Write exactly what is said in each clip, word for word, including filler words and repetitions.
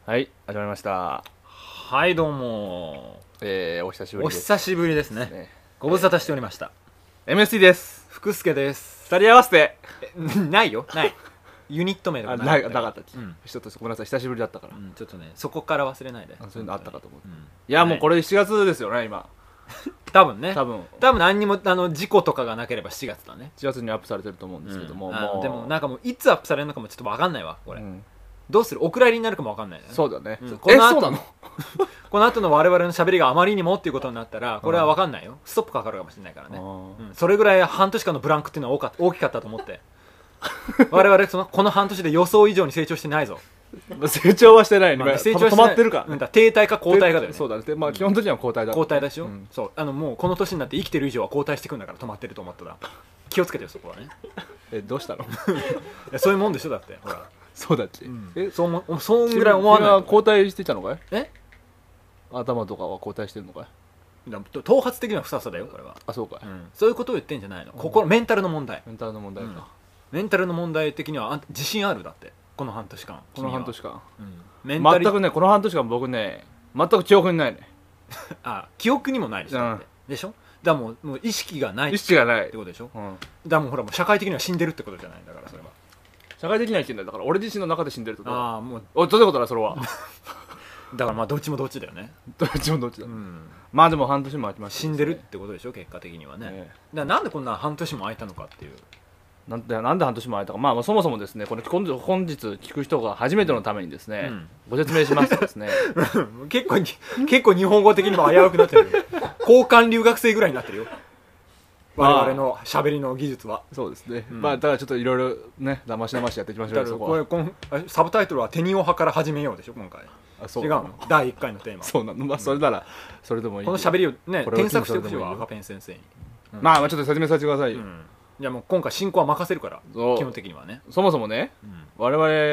はい、始まりました。 はいどうも、 えー、お久しぶりおです。 久しぶりですね。 ねご無沙汰しておりました。 エムエスティー です。 福助です。 二人合わせてえないよ、ないユニット名でもあ、 なないなかったっけ、 うん、 ちょっとごめんなさい、久しぶりだったから、 うん、ちょっとねそこから忘れないで。 あそういうのあったかと思って、 うん、 いやもうこれれしちがつですよね今。 多分ね多分多分何にもあの事故とかがなければしちがつだね。 しちがつにアップされてると思うんですけども、 うんあのもうでもなんかもういつアップされるのかもちょっと分かんないわこれ、 うん、 どうするお蔵入りになるかも分かんないね。 そうだね、 うんえこの後そうなのこの後の我々の喋りがあまりにもっていうことになったらこれは分かんないよ、ストップかかるかもしれないからね、うん、それぐらい半年間のブランクっていうのは大か大きかったと思って我々そのこの半年で予想以上に成長してないぞ。 成長はしてないね、 まあ、成長して止まってるから、 うん、だ停滞か後退かだよね。 そうだね、まあ基本的には後退だ、 後退だしよ、 うん、 そうあのもうこの年になって生きてる以上は後退してくんだから止まってると思ったら気をつけてよそこはね。 えどうしたのいやそういうもんでしょだってほら、 そうだっけ、 うん、 えそうもそんぐらい思わないと。 君は後退してたのかい？ え頭とかは後退してるのかい？ だ頭髪的にはふさふさだよこれは、 あ、そうかい、 うん、そういうことを言ってんじゃないの、心メンタルの問題、 メンタルの問題か、 うんメンタルの問題的にはあんた自信ある？だってこの半年間この半年間、 うん、メンタリ全くねこの半年間僕ね全く記憶にないね。 あ記憶にもないでしょ、 うんだってでしょだからもうもう意識がない意識がないってことでしょ、 うん、 だからもうほらもう社会的には死んでるってことじゃないんだからそれは。 社会的には生きてんだよ。だから俺自身の中で死んでるってこと。 ああもうおどういうことだそれはだからまあどっちもどっちだよね、 どっちもどっちだ、 うん、 まあでも半年も空きました、 死んでるってことでしょ結果的にはね、 ねだからなんでこんな半年も空いたのかっていう。 なんでなんで半年も空いたか、まあ、まあそもそもですねこれ本日本日聞く人が初めてのためにですね、 うんご説明しますとですね結構に結構日本語的にも危うくなってるよ交換留学生ぐらいになってるよ我々の喋りの技術は。 そうですね、 うんまあだからちょっといろいろねだましだましやっていきましょうだからよそこは。 これこのあサブタイトルは「手におはから始めよう」でしょ今回。 あそう違うのだいいっかいのテーマ。 そうなの、まあそれならそれでもいい、 この喋りをねこれを添削してほしいそれでもいいよわ赤ペン先生に、うんまあまあちょっと説明させてくださいよ、 うんいやもう今回進行は任せるからそう基本的にはね、 そもそもねうん我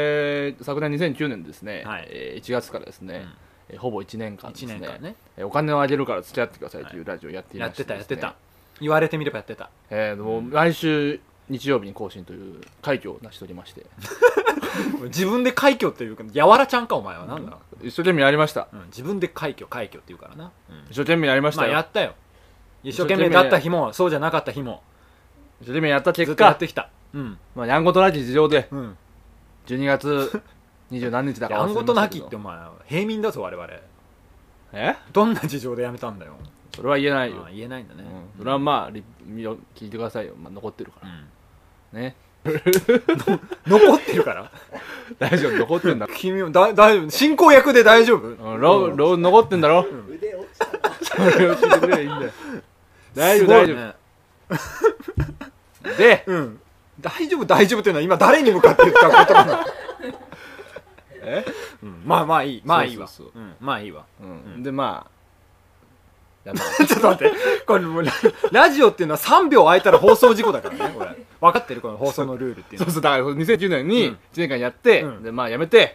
々昨年にせんきゅうねんですね、 はいえーいちがつからですね、えーほぼいちねんかんです 1 ね年間ねえーお金をあげるから付き合ってくださいというラジオをやっていやってましてですね、 たやってた言われてみればやってた。 えーでも毎週日曜日に更新という快挙を成し遂げまして自分で快挙っていうかやわらちゃんかお前はなんだ、 一生懸命やりました、 うん自分で快挙快挙っていうからな、うん一生懸命やりましまたよ、 あやったよ一生懸命だった日もそうじゃなかった日も一生懸命やったず結果っとやってきた。うんまあ、やんごとなき事情でうんじゅうにがつにじゅう何日だかやんごとなきって忘れお前平民だぞ我々。 ましたけどえどんな事情でやめたんだよ。 それは言えないよああ言えないんだね、 うん、それはまあリ見ろ聞いてくださいよ、まあ、残ってるかうんらね残ってるから大丈夫残ってんだろ君もだ大丈夫進行役で大丈夫。 うんロロ残ってんだろ、 腕落ちたな。 それを聞いてくればいいんだよ大丈夫大丈すごいね夫でうん大丈夫大丈夫っていうのは今誰に向かって言った言葉なのえ、 うんまあまあいいまあいいわそうそううんまあいいわうん、でまあやったちょっと待ってこれもうララジオっていうのはさんびょう空いたら放送事故だからねこれ分かってるこの放送のルールっていうのそうそうだからにせんきゅうねんにうんいちねんかんやって、 うんでまあやめて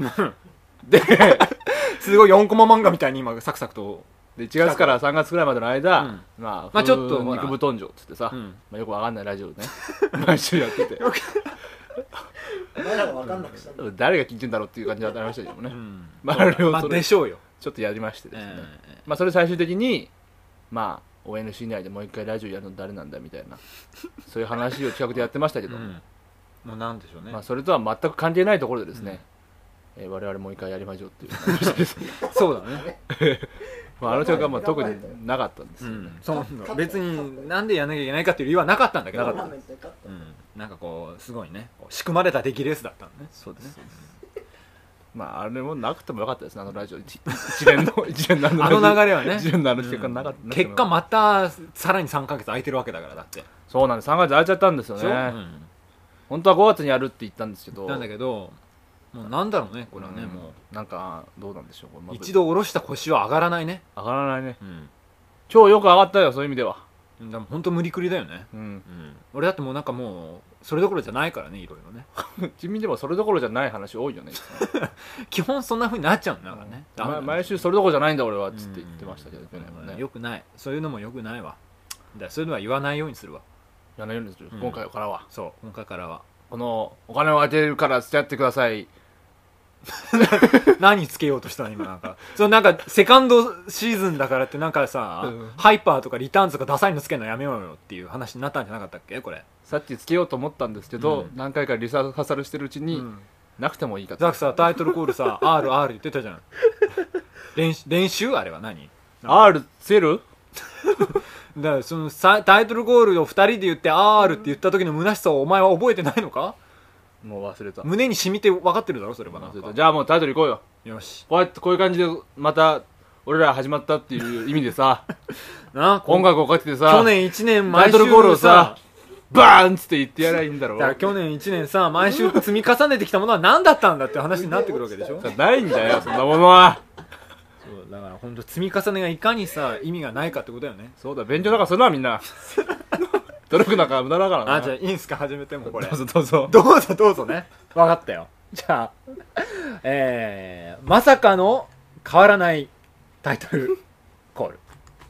ですごいよんコマ漫画みたいに今サクサクとでいちがつからさんがつくらいまでの間、 うんまあ、 まあちょっとほら肉布団城っつってさ、 うんまあ、よくわかんないラジオね毎週やっててお前らが分かんなくしたんだ。 誰が聞いてんだろうっていう感じになりましたけどもね、 うんまああれをまあそれでしょうよちょっとやりましてですね、 えまあそれ最終的にまあ オーエヌシー 内でもう一回ラジオやるの誰なんだみたいなそういう話を企画でやってましたけど、 えうんもうなんでしょうねまあ、それとは全く関係ないところでですね、えー我々もう一回やりましょうっていう話ですねそうだねまあ、あの時はまあ特になかったんですよね、 うんそう別になんでやんなきゃいけないかっていう理由はなかったんだけどなかっトーナメントで勝ったうんなんかこうすごいねこう仕組まれた出来レースだったのねそうですそうですまああれもなくてもよかったですねあのラジオ一一連の一連のあの流れはね一連のあの結果なかった、 うん結果またさらにさんかげつ空いてるわけだからだってそうなんですさんがつ空いちゃったんですよでしょね、 うん本当はごがつにやるって言ったんですけどなんだけどもうなんだろうねこれはねうんもなんかどうなんでしょうこれまあう一度下ろした腰は上がらないね上がらないねうん今日よく上がったよそういう意味ではでも本当無理くりだよねうんうん俺だってもうなんかもうそれどころじゃないからねいろいろね君でもそれどころじゃない話多いよね基本そんな風になっちゃうんだからねダメだまね毎週それどころじゃないんだ俺はっつって言ってましたけど去年はねよくないそういうのもよくないわだからそういうのは言わないようにするわやらないようにするうん今回からはそう今回からはこのお金を当てるから付き合ってください何つけようとしたの今なんかそのなんかセカンドシーズンだからってなんかさ、うん、ハイパーとかリターンズとかダサいのつけるのやめようよっていう話になったんじゃなかったっけこれ。 さっきつけようと思ったんですけど、うん、何回かリサーサルしてるうちに、うん、なくてもいいかと。 だからさタイトルコールさ アールアール 言ってたじゃん練, 練習あれは何 R つけるだからそのさタイトルコールをふたりで言って アール って言った時の虚しさをお前は覚えてないのか。 もう忘れた。 胸に染みて分かってるだろそれは。 じゃあもうタイトル行こうよ。 よし。 こうやってこういう感じでまた俺ら始まったっていう意味でさな音楽をかけてさ去年いちねん毎週タイトルコールをさバーンっつって言ってやらいいんだろう。 だから去年いちねんさ毎週積み重ねてきたものは何だったんだって話になってくるわけでしょ。 ないんだよそんなものは。 そうだから本当積み重ねがいかにさ意味がないかってことだよね。 そうだ勉強だからするなみんな努力なんか無駄だからな。 あじゃあいいんすか始めてもこれ。 どうぞどうぞどうぞどうぞね。分かったよ。じゃあえー、まさかの変わらないタイトルコール。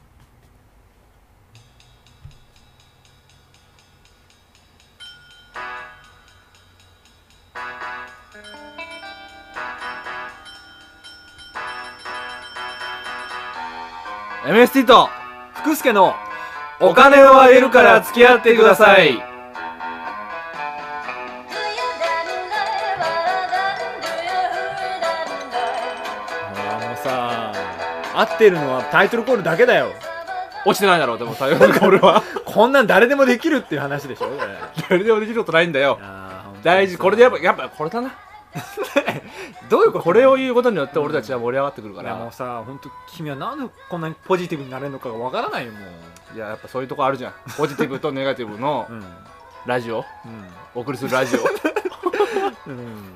エムエスティー と福助のお金をあげるから付き合ってください。 合ってるのはタイトルコールだけだよ。 落ちてないだろうでもタイトルコールはこんなん誰でもできるっていう話でしょこれ。 誰でもできることないんだよ。大事。これでやっぱやっぱこれだなどういうこと。 これを言うことによって俺たちは盛り上がってくるから。 いやもうさ本当君はなんでこんなにポジティブになれるのかがわからないよもう。 いややっぱそういうとこあるじゃん。ポジティブとネガティブのラジオ、うん、お送りするラジオうん、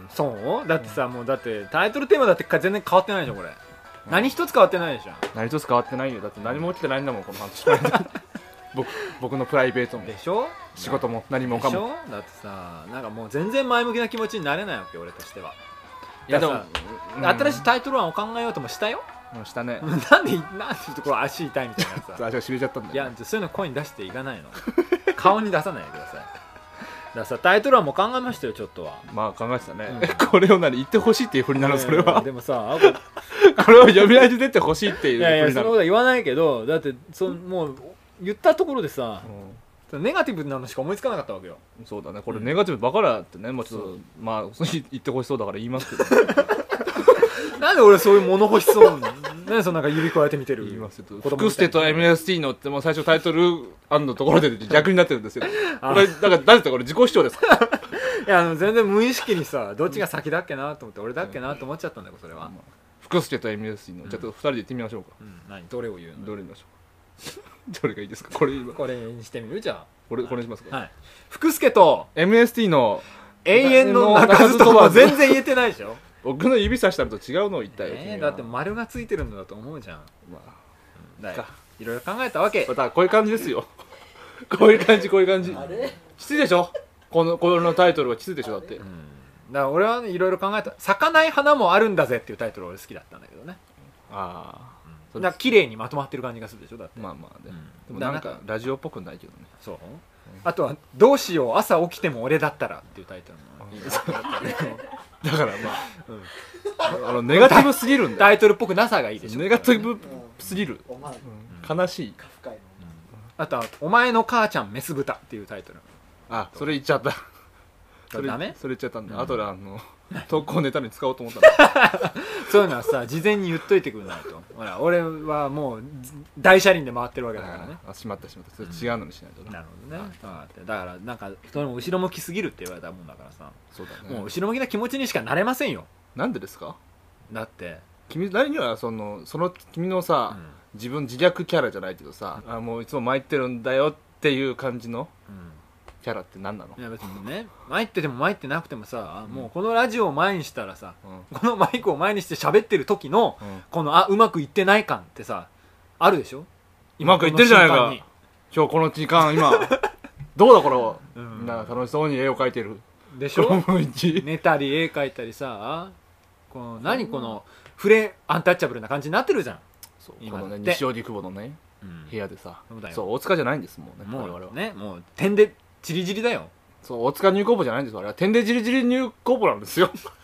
そうだってさ、うん、もうだってタイトルテーマだって全然変わってないじゃんこれ。何一つ変わってないでしょ。 何一つ変わってないよ。だって何も起きてないんだもんこの半年前で僕, 僕のプライベートもでしょ仕事も何もかもでしょ。だってさなんかもう全然前向きな気持ちになれないわけ俺としては。 いやでも、 うん、新しいタイトル案を考えようともしたよ。 うん、したねなんでなんでところ足痛いみたいなさ足がしびれちゃったんだよ。 いやそういうの声に出していかないの顔に出さないでください。だからさタイトル案も考えましたよちょっとは。 まあ考えてたね、うん、これを何言ってほしいっていうふうになる、それは。 でもさこれを読み上げてってほしいっていう。 いやいやそのことは言わないけどだってそもう言ったところでさ、うん、ネガティブなのしか思いつかなかったわけよ。 そうだねこれネガティブばからってねもうちょっとまあ言ってほしそうだから言いますけどなんで俺そういう物欲しそうななんでそんなんか指加えて見てる。 言いますよ。福捨てと エムエスティー のってもう最初タイトル案のところで逆になってるんですよこれだから誰ですかこれ自己主張ですかいやあの全然無意識にさどっちが先だっけなと思って俺だっけなと思っちゃったんだよそれは。 福捨てと エムエスティー の、うん、ちょっとふたりで言ってみましょうか、 うん、何どれを言うの。 どれにしましょうどれがいいですか。これこれにしてみるじゃあこれこれにしますか。 はい福助とエムエスティー の永遠の鳴かずとは全然言えてないでしょ僕の指さしたのと違うのを言ったよ、 えー、だって丸がついてるんだと思うじゃん。まあ、うん、だいろいろ考えたわけ。 またこういう感じですよこういう感じこういう感じ。きついでしょこのこのタイトルはきついでしょだって、うん、だから俺はねいろいろ考えた。咲かない花もあるんだぜっていうタイトル俺好きだったんだけどね。 ああ、 うん、だから綺麗にまとまってる感じがするでしょだって。 まあまあね、うん、でもなんかラジオっぽくないけどね。 そう、うん、あとはどうしよう朝起きても俺だったらっていうタイトルのいいですかだからまあ、うん、あのネガティブすぎるんだよタイトルっぽくなさがいいでしょ。 ネガティブすぎる、うん、悲しい、うん、 あとはお前の母ちゃんメス豚っていうタイトル。 あそれ言っちゃったそれダメそれ言っちゃったんだ、うん、あとであの投稿ネタに使おうと思ったんそういうのはさ事前に言っといてくれないと。ほら俺はもう大車輪で回ってるわけだからね。 あしまったしまったそれ違うのにしないと、うん、 なるほどね。だからなんかそれも後ろ向きすぎるって言われたもんだからさ。 そうだね。 もう後ろ向きな気持ちにしかなれませんよ。 なんでですか。 だって君何にはそのその君のさ、うん、自分自虐キャラじゃないけどさ、うん、あもういつも参ってるんだよっていう感じの、うんキャラって何なの。 いや別にね参ってても参ってなくてもさ、うん、もうこのラジオを前にしたらさ、うん、このマイクを前にして喋ってる時の、うん、このあうまくいってない感ってさあるでしょ。 うまくいってるじゃないか今日この時間今どうだこれは、うん、みんな楽しそうに絵を描いてるでしょ寝たり絵描いたりさこの何このフレアンタッチャブルな感じになってるじゃん。 そう今このね西荻窪のね、うん、部屋でさそう大塚じゃないんですもんね。 もう我々はねもう点でチリチリだよ。 そう大塚ニューコーポじゃないんですよあれは点でチリチリニューコーポなんですよ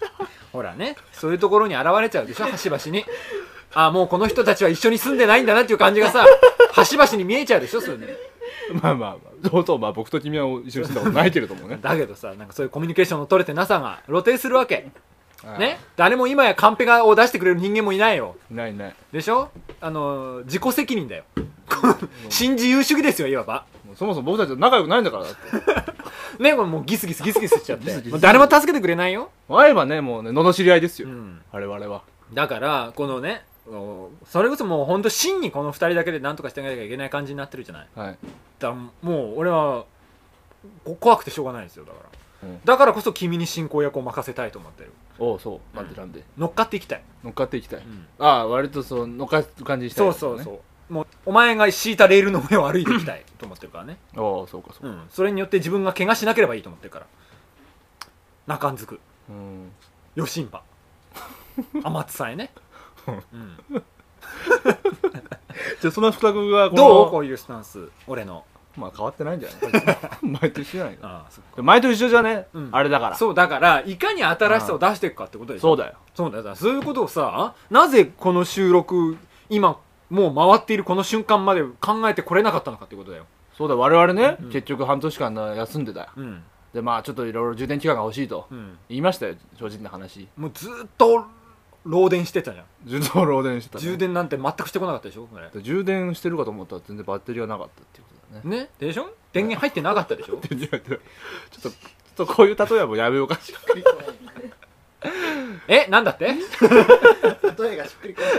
ほらね、そういうところに現れちゃうでしょ、端々に。あ、もうこの人たちは一緒に住んでないんだなっていう感じがさ、端々に見えちゃうでしょ、そういうの。 まあまあまあ、そうとまあ僕と君は一緒に住んだことないけれどもね。 だけどさ、なんかそういうコミュニケーションの取れてなさが露呈するわけ。ね、誰も今やカンペがを出してくれる人間もいないよ。 ないない。 でしょ、あの自己責任だよ。新自由主義ですよ、いわば。 そもそも僕たちと仲良くないんだからだって。 ね、もうギスギスギスギスしちゃってもう誰も助けてくれないよ。 会えばね、もうね、罵り合いですよ、 うん、 我々は。だからこのね、それこそもう本当真にこのふたりだけで何とかしてあげなきゃいけない感じになってるじゃない、はい、だからもう俺は怖くてしょうがないですよ。だから、うん、だからこそ君に進行役を任せたいと思ってる。 おお、そう、なんでなんで乗っかっていきたい。 乗っかっていきたい、うん、ああ、割とそう乗っかる感じにしたい、ね、 そうそうそう、もうお前が敷いたレールの上を歩いていきたいと思ってるからね。 ああ、そうかそうか、 うん、それによって自分が怪我しなければいいと思ってるから。中んずく、うん、よしんば天津さえね、うん、 じゃあその双子がどう、こういうスタンス俺の。 まあ変わってないんじゃない前と一緒じゃないか。ああ、そっか。前と一緒じゃね、うん、あれだから。 そうだから、いかに新しさを出していくかってことでしょ。 そうだよ。 そうだよ。そういうことをさ、なぜこの収録今もう回っているこの瞬間まで考えてこれなかったのかってことだよ。 そうだよ、我々ね、うん、結局半年間休んでたよ、うん、でまあちょっといろいろ充電期間が欲しいと言いましたよ、正直な話。 もうずっと漏電してたじゃん。 ずっと漏電してた、ね、 充電なんて全くしてこなかったでしょ。 充電してるかと思ったら全然バッテリーがなかったっていうことだね。 ね、でしょ、電源入ってなかったでしょ。 ちょっとちょっとこういう例えはもうやめようかしら。 え、なんだって例えがしっくりこない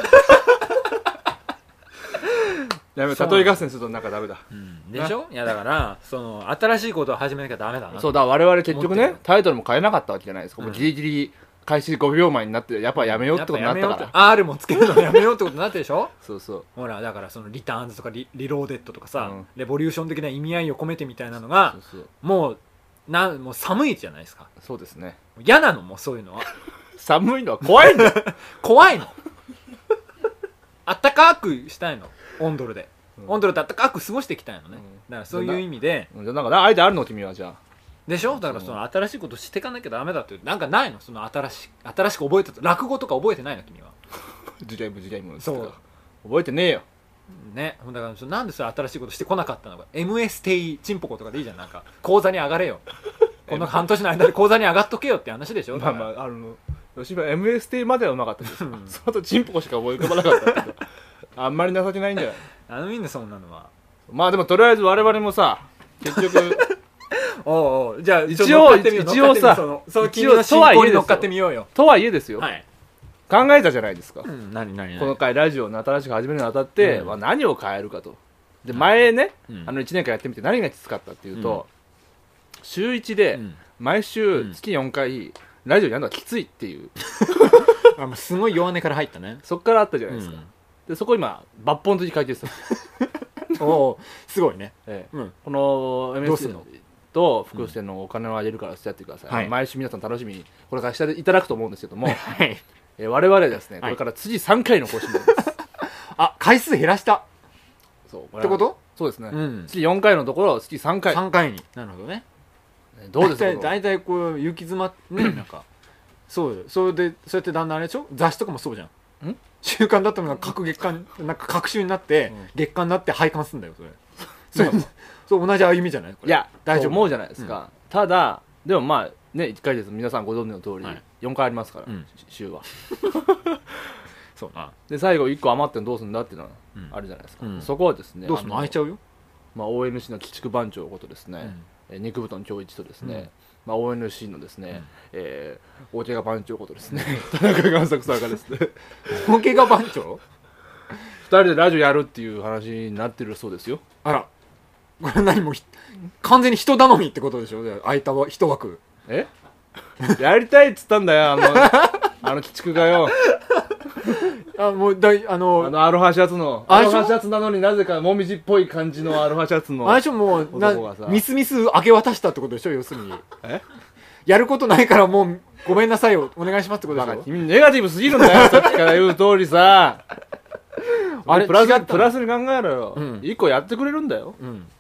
やめ、例え合戦するとなんかダメだ、 うん、でしょ。いやだからその新しいことを始めなきゃダメだな。 そうだ、我々結局ねタイトルも変えなかったわけじゃないですか、うん、もうギリギリ開始ごびょうまえになってやっぱやめようってことになったから、 アール もつけるのやめようってことになってるでしょ。 そうそう、 ほらだからそのリターンズとか リ, リローデッドとかさ、うん、レボリューション的な意味合いを込めてみたいなのがそうそうもうなもう寒いじゃないですか。 そうですね、 嫌なのもうそういうのは寒いのは怖いんだよ怖いのあったかくしたいの、オンドルで、うん、オンドルであったかく過ごしていきたいのね、うん、だからそういう意味で、 じゃあなんかアイデアあるの君は。じゃあでしょ。だからその新しいことしていかなきゃダメだってなんかないの、その新し新しく覚えた落語とか覚えてないの君は。 ジュレイムジュレイムそう覚えてねえよね。だからなんでそれ新しいことしてこなかったのか。 エムエス テイチンポコとかでいいじゃん。なんか講座に上がれよこの半年の間で講座に上がっとけよって話でしょ。 まあまああの吉村 エムエス テイまではうまかったです、うん、その後チンポコしか覚え浮かばなかったけどあんまり情けないんじゃない。 あのみんなそんなのは。 まあでもとりあえず我々もさ結局おうおう、じゃあ一応一応さ、 そのその君の進行に乗っかってみようよ。 とはいえですよ、はい、考えたじゃないですか、 うん、何何何この回ラジオを新しく始めるにあたって、うんまあ、何を変えるかと。で前ね、うん、あのいちねんかんやってみて何がきつかったっていうと、うん、週いちで毎週月よんかいラジオやるのはきついっていうあもうすごい弱音から入ったね。 そっからあったじゃないですか、うん、でそこ今抜本的に解決したおおすごいね、ええうん、 この エムエス と福祉店のお金をあげるからしてやってください、はい、毎週皆さん楽しみにこれからしていただくと思うんですけども、はいえー、我々ですね、はい、これから次さんかいの更新になりますあ回数減らしたそうってこと。 そうですね、うん、次よんかいのところ月さんかいさんかいになるほどね。 どうですか大体こう行き詰まってねなんかそうよ。それでそうやってだんだんあれでしょ。雑誌とかもそうじゃん。ん週刊だったのが各月刊なんか各週になって、うん、月刊になって廃刊するんだよそれそうそう同じ歩みじゃないこれ。 いや大丈夫思うじゃないですか、うん、ただでもまあねいっかいです皆さんご存知の通り、はい、よんかいありますから、うん、週はそうなで最後いっこ余ってんのどうするんだっていうのはあるじゃないですか、うん、そこはですねどうするの開いちゃうよ、 まあ、オーエヌシー の鬼畜番長ことですね、うん、肉布団長一とですね、うんまあ、オーエヌシー のですね、うんえー、大怪我番長ことですね田中贋作さんがですね大怪我番長ふたりでラジオやるっていう話になってるそうですよ。 あらこれ何も完全に人頼みってことでしょ。空いた一枠えやりたいっつったんだよあのあの鬼畜がよあもうだいあのあのアロハシャツのアロハシャツなのになぜかもみじっぽい感じのアロハシャツのあれしょもうなミスミス明け渡したってことでしょ。要するにえやることないからもうごめんなさいをお願いしますってことでしょ。 君ネガティブすぎるんだよさっきから言う通りさあれプラスプラスに考えろよ、うん、いっこやってくれるんだよ、うん、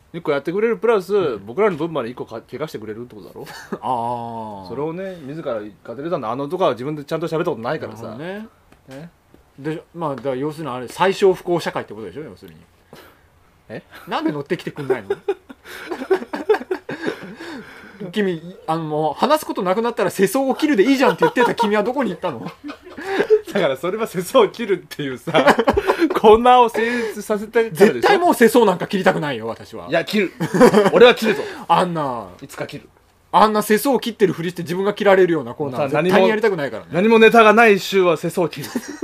いっこやってくれるプラス、うん、僕らの分までいっこ怪我してくれるってことだろああそれをね自らカテレさんのあのとかは自分でちゃんと喋ったことないからさねねでまあだから要するにあれ最小不幸社会ってことでしょ要するにえなんで乗ってきてくんないの君あのもう話すことなくなったら世相を切るでいいじゃんって言ってた君はどこに行ったのだからそれは世相を切るっていうさコーナーを成立させたからでしょ絶対もう世相なんか切りたくないよ私はいや切る俺は切るぞあんないつか切るあんな世相を切ってるふりして自分が切られるようなコーナー絶対にやりたくないからね何もネタがない週は世相を切る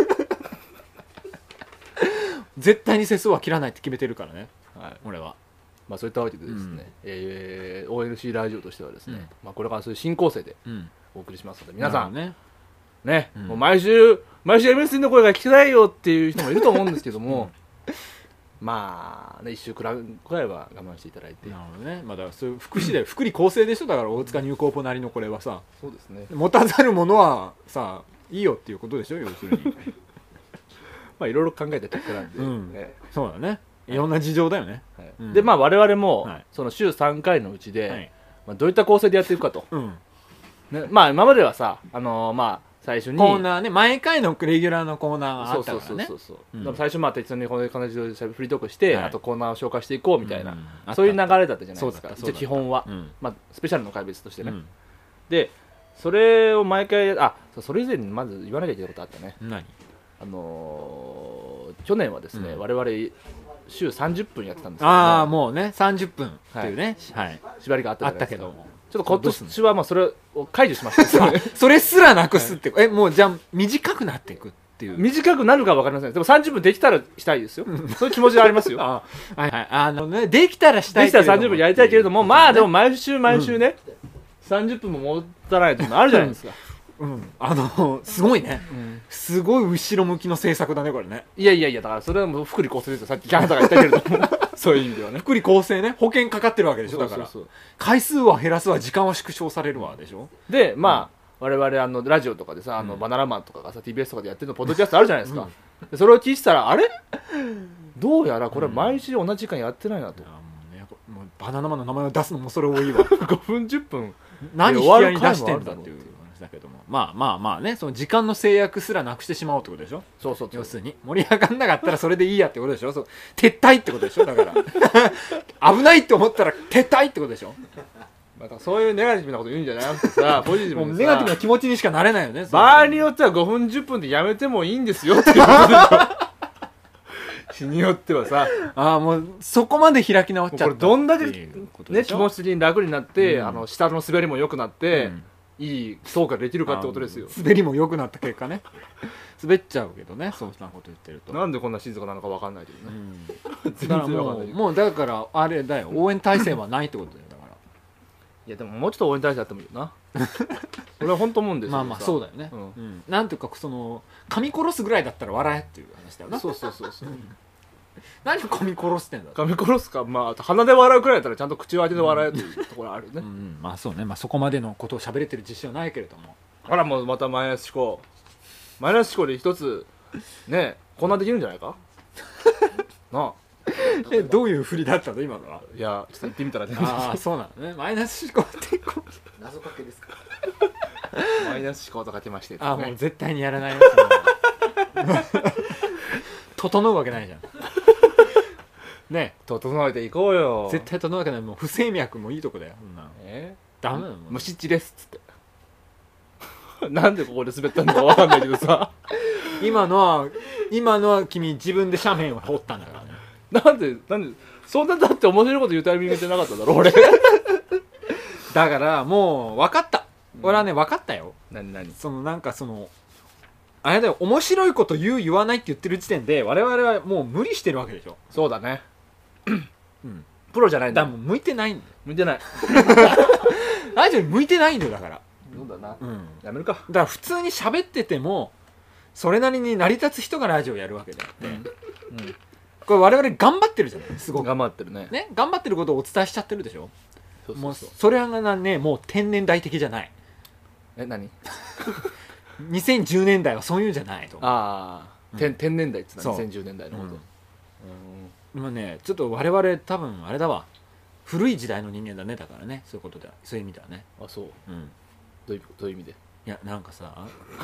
絶対に世相は切らないって決めてるからね、 はい、 俺はまあそういったわけでですね、うんえー、オーエヌシー ラジオとしてはですね、うんまあ、これからそういう新構成でお送りしますので、うん、皆さんねね、うん、もう毎週毎週 エムエスティー の声が聞きたいよっていう人もいると思うんですけども、うん、まあねいっ週くらいは我慢していただいてなるほどね、まあ、だからそういう福祉で福利厚生でしょだから大塚ニューコーポなりのこれはさそうですね持たざるものはさいいよっていうことでしょ要するにまあいろいろ考えた結果なんで、 うんね、そうだねいろんな事情だよね、 はいうん、でまあ我々も、はい、その週さんかいのうちで、はいまあ、どういった構成でやっていくかと、うんね、まあ今まではさあのー、まあ最初にコーナーね毎回のレギュラーのコーナーがあったからねそうそうそうそう、うん、だから最初まあ適当にこの感じでフリートークして、はい、あとコーナーを紹介していこうみたいな、うん、そういう流れだったじゃないですか一応基本は、うんまあ、スペシャルの回別としてね、うん、でそれを毎回あそれ以前にまず言わなきゃいけないことあったね何あのー、去年はですね、うん、我々週さんじゅっぷんやってたんですけど、 ああもうねさんじゅっぷんっていうね、はいはい、 縛りがあったじゃないですかあったけどちょっと今年はまあそれを解除しましたそれすらなくすって、はい、えもうじゃあ短くなっていくっていう短くなるか分かりませんでもさんじゅっぷんできたらしたいですよそういう気持ちがありますよあ、はいはい、あのねできたらしたいできたらさんじゅっぷんやりたいけれどもまあでも毎週毎週ね、うん、さんじゅっぷんも持たないというのあるじゃないですかうん、あのすごいね、うん、すごい後ろ向きの政策だねこれねいやいやいやだからそれはもう福利厚生ですよさっきあなたが言ったけれどもそういう意味ではね福利厚生ね保険かかってるわけでしょだからそうそうそう回数は減らすわ時間は縮小されるわでしょでまあ、うん、我々あのラジオとかでさあの、うん、バナナマンとかがさ ティービーエス とかでやってるのポッドキャストあるじゃないですか、うん、でそれを聞いてたらあれどうやらこれ毎週同じ時間やってないなと、うん、もうね、もうバナナマンの名前を出すのもそれ多いわごふんじゅっぷん何引き合いに出してんだっていうだけどもまあまあまあねその時間の制約すらなくしてしまおうってことでしょそうそう要するに盛り上がんなかったらそれでいいやってことでしょそう撤退ってことでしょだから危ないって思ったら撤退ってことでしょまたそういうネガティブなこと言うんじゃなくてさポジティブにさネガティブな気持ちにしかなれないよね場合によってはごふんじゅっぷんでやめてもいいんですよっていうことでしょ日によってはさあもうそこまで開き直っちゃったこれどんだけ、ね、気持ち的に楽になって、うん、あの下の滑りも良くなって、うんいいそうかできるかってことですよ滑りも良くなった結果ね滑っちゃうけどねそうしたこと言ってるとなんでこんな静かなのか分かんないけどね、 うん、全然分かんないもうだからあれだよ応援体制はないってことだよだからいやでももうちょっと応援体制あってもいいよな俺は本当思うんですよまあまあそうだよね、うんうん、なんていうかその噛み殺すぐらいだったら笑えっていう話だよなそうそうそうそう何を噛み殺してんだ噛み殺すかまあ鼻で笑うくらいだったらちゃんと口を開けて笑えというところあるよね、 うんうん、まあそうね、まあ、そこまでのことを喋れてる自信はないけれどもあらもうまたマイナス思考マイナス思考で一つねこんなできるんじゃないかなあえどういう振りだったの今のはいやちょっと言ってみたらねああそうなのねマイナス思考ってこう謎かけですかマイナス思考とかけまして、ね、 ああもう絶対にやらないよ整うわけないじゃんね整えていこうよ絶対整うわけないもう不整脈もいいとこだよそんなえー、ダメだもん虫っちですっつってなんでここで滑ったんだか分かんないけどさ今のは今のは君自分で斜面を掘ったんだからねなんでなんでそんなだって面白いこと言うタイミングじゃなかっただろ俺だからもう分かった、うん、俺はね分かったよ何何そのなんかそのあれだよ面白いこと言う言わないって言ってる時点で我々はもう無理してるわけでしょそうだねうん、プロじゃないんだだからもう向いてないんだよ向いてないラジオに向いてないんだよだからそうだな、 うん、 やめるかだから普通に喋っててもそれなりに成り立つ人がラジオやるわけであって、うんうん、これ我々頑張ってるじゃないすごく頑張ってる ね, ね頑張ってることをお伝えしちゃってるでしょそうそうそうもうそれはねもう天然代的じゃないえ何にせんじゅうねんだいはそういうんじゃないとああ、うん、天然代って言ったにせんじゅうねんだいのこと、うん今ねちょっと我々多分あれだわ古い時代の人間だねだからねそういうことではそういう意味ではねあそう、 うん、 どういうどういう意味でいやなんかさ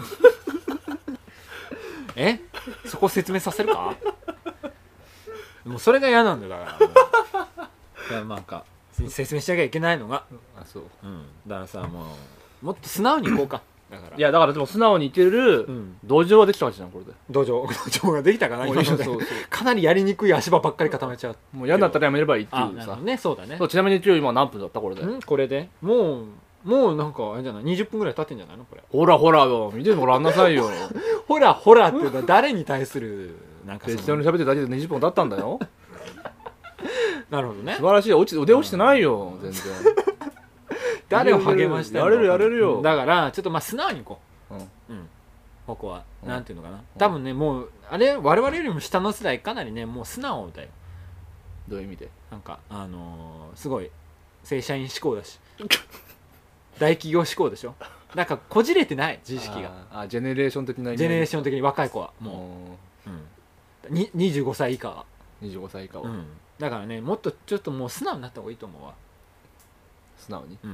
えそこ説明させるかもうそれが嫌なんだよだからいやなんか説明しなきゃいけないのがあそう、 うん、だからさもうもっと素直にいこうかだからいやだからでも素直にいける土壌はできたわけじゃんこれで土壌土壌ができたかな今のでそうそうかなりやりにくい足場ばっかり固めちゃうもう嫌だったらやめればいいっていうさねそうだねそうちなみに今日今何分だったこれでんこれでもうもうなんかあれじゃないにじゅっぷんぐらい経ってんじゃないのこれほらほらよ見てもらんなさいよほらほらっていうのは誰に対するなんか適当に喋ってるだけでにじゅっぷん経ったんだよなるほどね素晴らしい落ち腕落ちてないよ全然誰を励ましたいのやれるやれるよだからちょっとまあ素直にいこう、うんうん、ここは、うん、なんていうのかな多分ねもうあれ我々よりも下の世代かなりねもう素直だよどういう意味でなんかあのー、すごい正社員志向だし大企業志向でしょなんかこじれてない自意識がああジェネレーション的なジェネレーション的に若い子はもう、うん、ににじゅうごさい以下はにじゅうごさい以下は、うん、 だからねもっとちょっともう素直になった方がいいと思うわ素直に、うん、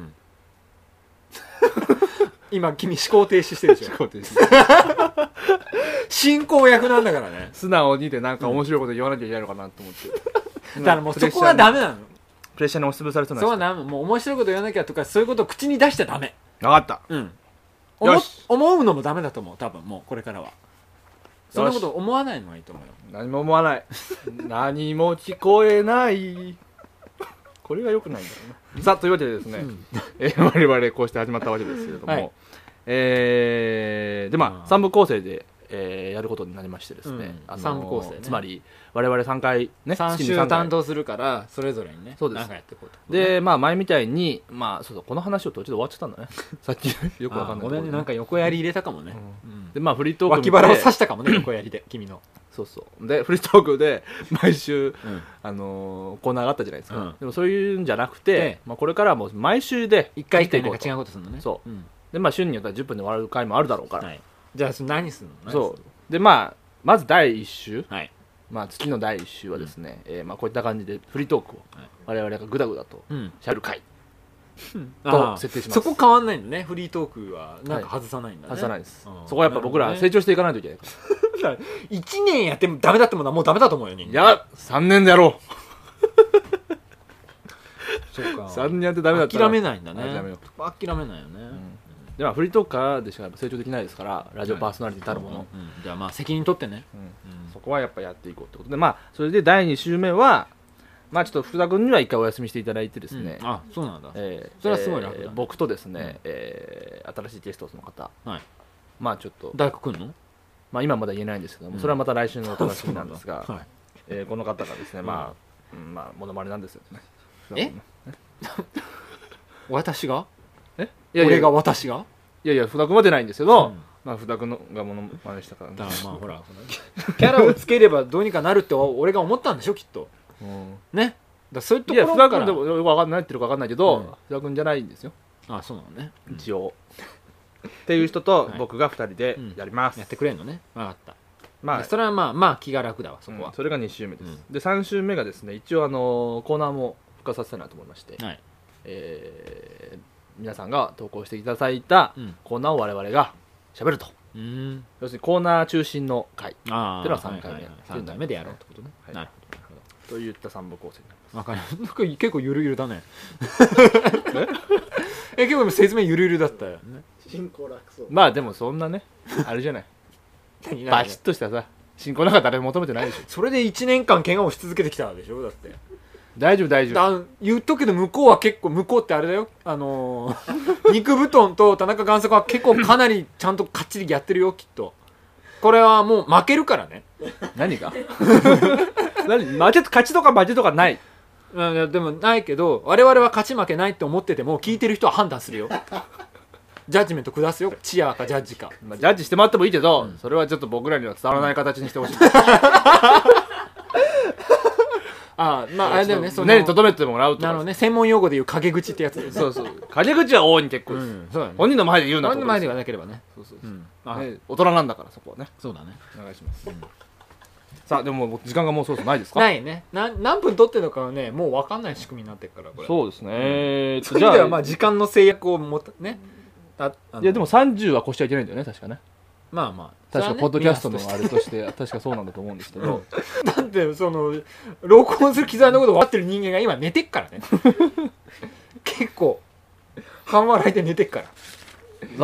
今君思考停止してるでしょ思考停止進行役なんだからね素直にでなんか面白いこと言わなきゃいけないのかなと思って、 うん、だからもうそこはダメなのプレッシャーに押しつぶされそうなそうなのもう面白いこと言わなきゃとかそういうことを口に出しちゃダメ分かった、 うん、思, 思うのもダメだと思う多分もうこれからはそんなこと思わないのがいいと思うよ何も思わない何も聞こえないこれが良くないんだろうなさあというわけでですね、うんえー、我々こうして始まったわけですけれども、はい、えー、でまあさん部構成で、えー、やることになりましてですね、うんあのー、さん部構成ねつまり我々さんかいねさん週担当するからそれぞれにねそうです何かやっていこうと、 ね、でまあ前みたいにまあそうそうこの話を途中で終わっちゃったんだねさっきよくわかんないごめんねなんか横やり入れたかもね、 うんうん、でまあフリートーク脇腹を刺したかもね横やりで君のそうそうでフリートークで毎週、うんあのー、コーナーがあったじゃないですか、うん、でもそういうんじゃなくて、ええまあ、これからはもう毎週でいっかいいっかいなんか違うことするのねそう、うん、でまあ週によってはじゅっぷんで終わる回もあるだろうから、はい、 じゃあ何するのそうでまあまずだいいっ週、 はいまあ、月のだいいっ週はですね、うんえーまあ、こういった感じでフリートークを我々がグダグダとしゃべる回、うん、と設定しますそこ変わんないんだねフリートークはなんか外さないんだね、 はい、外さないです、うん、そこはやっぱ僕ら成長していかないといけないからいちねんやってもダメだってものはもうダメだと思うよいやさんねんでやろうそうかさんねんやってダメだったら諦めないんだね諦めないよね、うんでまあ、フリートークからでしか成長できないですからラジオパーソナリティたるもの、 うんうん、じゃあまあ責任取ってね、うんうん、そこはやっぱやっていこうってことでまあそれでだいに週目はまあちょっと福田君には一回お休みしていただいてですね、 うん、あそうなんだ、 えー、 それはすごい楽だ、ねえー、僕とですね、うんえー、新しいゲストの方、はい、まあちょっと誰か来るのまあ今まだ言えないんですけども、うん、それはまた来週のお楽しみなんですが、はいえー、この方がですねまあ、うん、まあモノマネなんですよねえ私がえいやいや俺が私がいやいや福田君は出ないんですけど、うんまあ、福田君のがモノマネしたから、ね、 だからまあほらキャラをつければどうにかなるって俺が思ったんでしょきっと、うん、ねだそういうところからいや福田君でもよく分かんないってるか分かんないけど、うん、福田君じゃないんですよあそうなのね一応、うん、っていう人と僕がふたりでやります、 はいうん、やってくれんのね分かったまあそれはまあまあ気が楽だわそこは、うん、 それがに週目です、うん、でさん週目がですね一応あのコーナーも復活させたいなと思いまして、はいえー皆さんが投稿していただいたコーナーを我々が喋ると、うん、要するにコーナー中心の回っていうのはさんかいめ、はいはいはい、 さんかいめでやろうってことね、はい、 なるほどなるほどといったさん部構成になります。 わかります。結構ゆるゆるだねええ結構説明ゆるゆるだったよね。 進行楽そう。 まあでもそんなねあれじゃないバチッとしたさ進行なんか誰も求めてないでしょ。 それでいちねんかん怪我をし続けてきたでしょだって大丈夫大丈夫言っとくけど向こうは結構向こうってあれだよあのー、肉布団と田中贋作は結構かなりちゃんとかっちりやってるよきっとこれはもう負けるからね何が何負け勝ちとか負けとかないでもないけど我々は勝ち負けないって思ってても聞いてる人は判断するよジャッジメント下すよチアかジャッジか、 まあ、ジャッジしてもらってもいいけど、うん、それはちょっと僕らには伝わらない形にしてほしいああまああれだよねその胸に留めてもらうとなるほどね専門用語で言う陰口ってやつ、ね、 そうそう陰口は大いに結構です、うんそうだね、本人の前で言うな本人の前ではなければねそうそうそう、うんね、大人なんだからそこはねそうだねお願いします、うん、 さあでも時間がもうそろそろないですか？ ないね。な何分取ってるのかはねもう分かんない仕組みになってるからこれ。 そうですね、 うん、そういう意味ではまあ時間の制約をもたね。 いやでもさんじゅうは越しちゃいけないんだよね確かね。 まあまあ確かポッドキャストのあれとして確かそうなんだと思うんですけど、 だってその録音する機材のこと分かってる人間が今寝てっからね結構半笑いで寝てっから。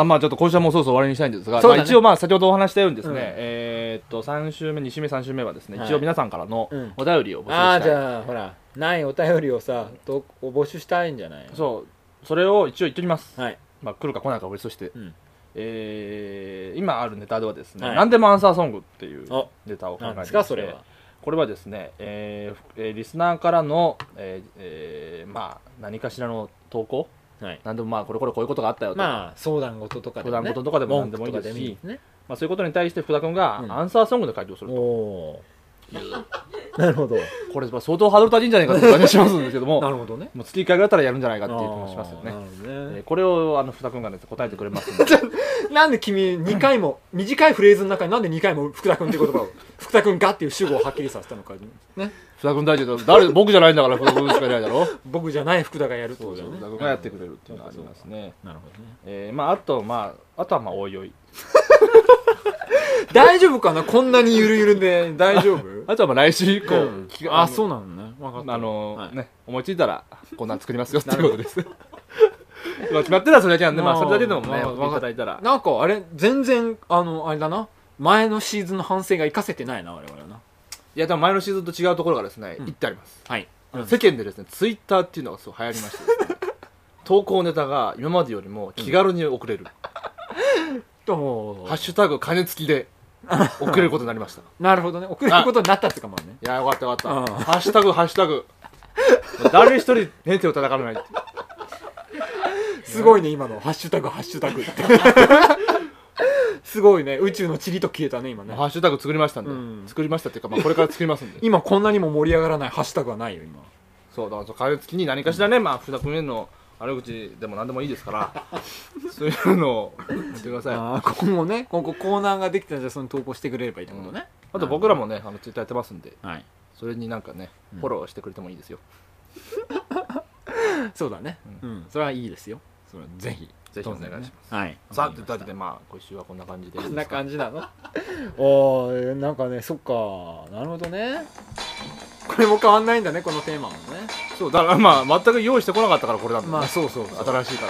まあちょっと今週はもうそろそろ終わりにしたいんですが、ね、まあ、一応まあ先ほどお話したようにですね、うん、えー、っとさん週目に週目さん週目はですね、はい、一応皆さんからのお便りを募集したい、うん、 ああじゃあほらないお便りをさと募集したいんじゃないの。 そうそれを一応言っときます、 はい、 まあ、来るか来ないかは別として、うん、えー、今あるネタではですね、はい、何でもアンサーソングっていうネタを考えてまして、それはこれはですね、えーえー、リスナーからの、えーえー、まあ何かしらの投稿、はい、何でもまあこれこれこういうことがあったよとか、 まあ、相談事とかでも、ね、 相談事とかでも何でもいいですし、ね、まあ、そういうことに対して福田君がアンサーソングで回答すると、うんなるほど。 これ相当ハードル高いんじゃないかって感じがしますんですけどもなるほどね。 もう月いっかいぐらいだったらやるんじゃないかっていう気もしますよね。なるほどね、えー、これをあの福田君が、ね、答えてくれますんでなんで君にかいも短いフレーズの中になんでにかいも福田君っていう言葉を福田君がっていう主語をはっきりさせたのかね。 福田君大丈夫誰僕じゃないんだから福田君しかいないだろ僕じゃない福田がやるってことだよね。 福田君がやってくれるっていうのがありますね。 なるほどね、 えー、まああとまああとはまあおいおい大丈夫かなこんなにゆるゆるで大丈夫あとはまあ来週以降、うん、 あそうなのね分かった。 あのーはい、ね思いついたらこんなん作りますよっていうことです決まってたらそれだけなんで、まあ、それだけでもね送っていただいたらなんかあれ全然あのあれだな前のシーズンの反省が生かせてないな我々はな。 いやでも前のシーズンと違うところがですね、うん、言ってあります、 はい、 うん、世間でですねツイッターっていうのがすごい流行りましてですね投稿ネタが今までよりも気軽に送れる、うん、ハッシュタグ金付きで送れることになりましたなるほどね送れることになったってかもね。 いやよかったよかったハッシュタグハッシュタグ誰一人手を叩かないってすごいね今のハッシュタグハッシュタグってすごいね宇宙の塵と消えたね今ね。 ハッシュタグ作りましたんで、うん、作りましたっていうか、まあ、これから作りますんで今こんなにも盛り上がらないハッシュタグはないよ今。 そうだから金付きに何かしらね、うん、まあ福田君への悪口でも何でもいいですからそういうのを言ってください。 あ今後ね今後コーナーができたらじゃあその投稿してくれればいいってことね、 うん、あと僕らもねあのツイッターやってますんで、 はい、 それになんかねフォローしてくれてもいいですよ、 うん、そうだね、うんうん、それはいいですよ。それはぜひぜひお願いします、ね、 はい。 さあというわけでまあ今週はこんな感じでこんな感じなのおーなんかねそっかなるほどね。これも変わんないんだねこのテーマもね。 そうだからまあ全く用意してこなかったからこれなんだ、ね、 まあそうそうそう新しいから、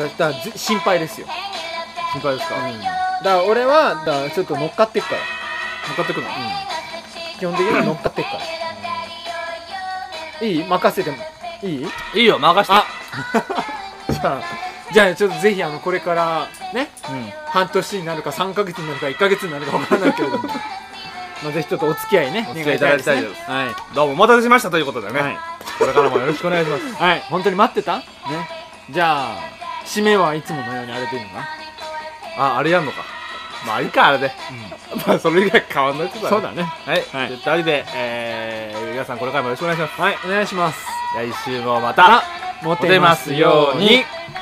うん、だだから心配ですよ。 心配ですか、 うん、だから俺はだからちょっと乗っかってっから乗っかってくるの、うん、 基本的には乗っかってっから、うん、いい任せてもいいいいよ任せて。 じゃあじゃあちょっとぜひあのこれからね、うん、半年になるかさんかげつになるかいっかげつになるか分からないけれどもまあぜひちょっとお付き合いねお付き合いいただきたいです、ね、はい、どうもお待たせしましたということでね、はい、これからもよろしくお願いしますはい本当に待ってたね。じゃあ締めはいつものようにあれでいいのかなああれやんのかまあいいかあれで、うん、まあそれ以外変わんないってことだね。そうだねはい、はい、というわけで、えー、皆さんこれからもよろしくお願いします。 はいお願いします。 来週もまたモテますように。